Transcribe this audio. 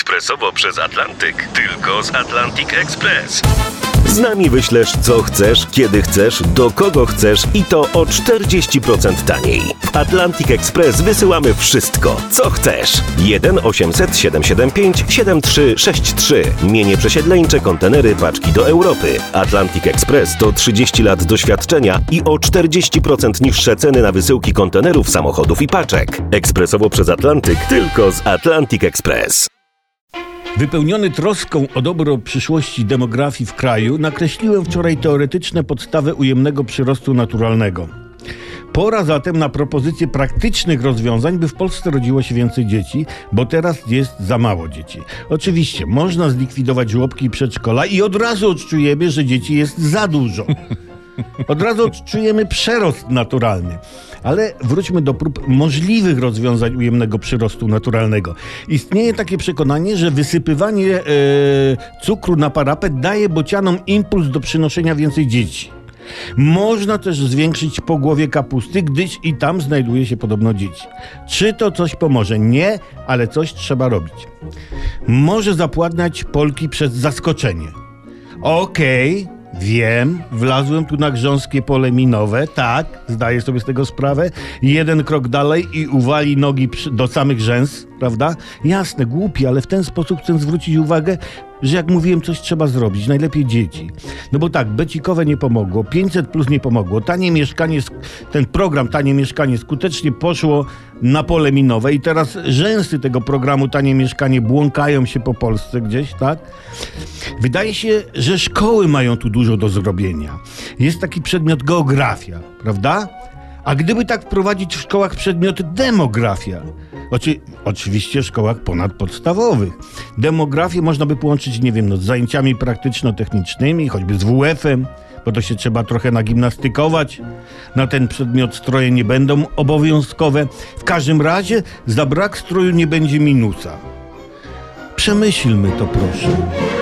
ekspresowo przez Atlantyk. Tylko z Atlantic Express. Z nami wyślesz co chcesz, kiedy chcesz, do kogo chcesz i to o 40% taniej. W Atlantic Express wysyłamy wszystko, co chcesz. 1 800 775 7363. Mienie przesiedleńcze, kontenery, paczki do Europy. Atlantic Express to 30 lat doświadczenia i o 40% niższe ceny na wysyłki kontenerów, samochodów i paczek. Ekspresowo przez Atlantyk, tylko z Atlantic Express. Wypełniony troską o dobro przyszłości demografii w kraju, nakreśliłem wczoraj teoretyczne podstawy ujemnego przyrostu naturalnego. Pora zatem na propozycję praktycznych rozwiązań, by w Polsce rodziło się więcej dzieci, bo teraz jest za mało dzieci. Oczywiście można zlikwidować żłobki i przedszkola i od razu odczujemy, że dzieci jest za dużo. Od razu odczujemy przerost naturalny. Ale wróćmy do prób możliwych rozwiązań ujemnego przyrostu naturalnego. Istnieje takie przekonanie, że wysypywanie cukru na parapet daje bocianom impuls do przynoszenia więcej dzieci. Można też zwiększyć pogłowie kapusty, gdyż i tam znajduje się podobno dzieci. Czy to coś pomoże? Nie, ale coś trzeba robić. Może zapładniać Polki przez zaskoczenie. Okej. Wiem, wlazłem tu na grząskie pole minowe, tak, zdaję sobie z tego sprawę. Jeden krok dalej i uwali nogi do samych rzęs, prawda? Jasne, głupi, ale w ten sposób chcę zwrócić uwagę, że jak mówiłem, coś trzeba zrobić, najlepiej dzieci. No bo tak, becikowe nie pomogło, 500+ nie pomogło, tanie mieszkanie, ten program Tanie Mieszkanie skutecznie poszło na pole minowe i teraz rzęsy tego programu Tanie Mieszkanie błąkają się po Polsce gdzieś, tak? Wydaje się, że szkoły mają tu dużo do zrobienia. Jest taki przedmiot geografia, prawda? A gdyby tak wprowadzić w szkołach przedmiot demografia, oczywiście w szkołach ponadpodstawowych. Demografię można by połączyć, nie wiem, z zajęciami praktyczno-technicznymi, choćby z WF-em, bo to się trzeba trochę nagimnastykować. Na ten przedmiot stroje nie będą obowiązkowe. W każdym razie za brak stroju nie będzie minusa. Przemyślmy to, proszę.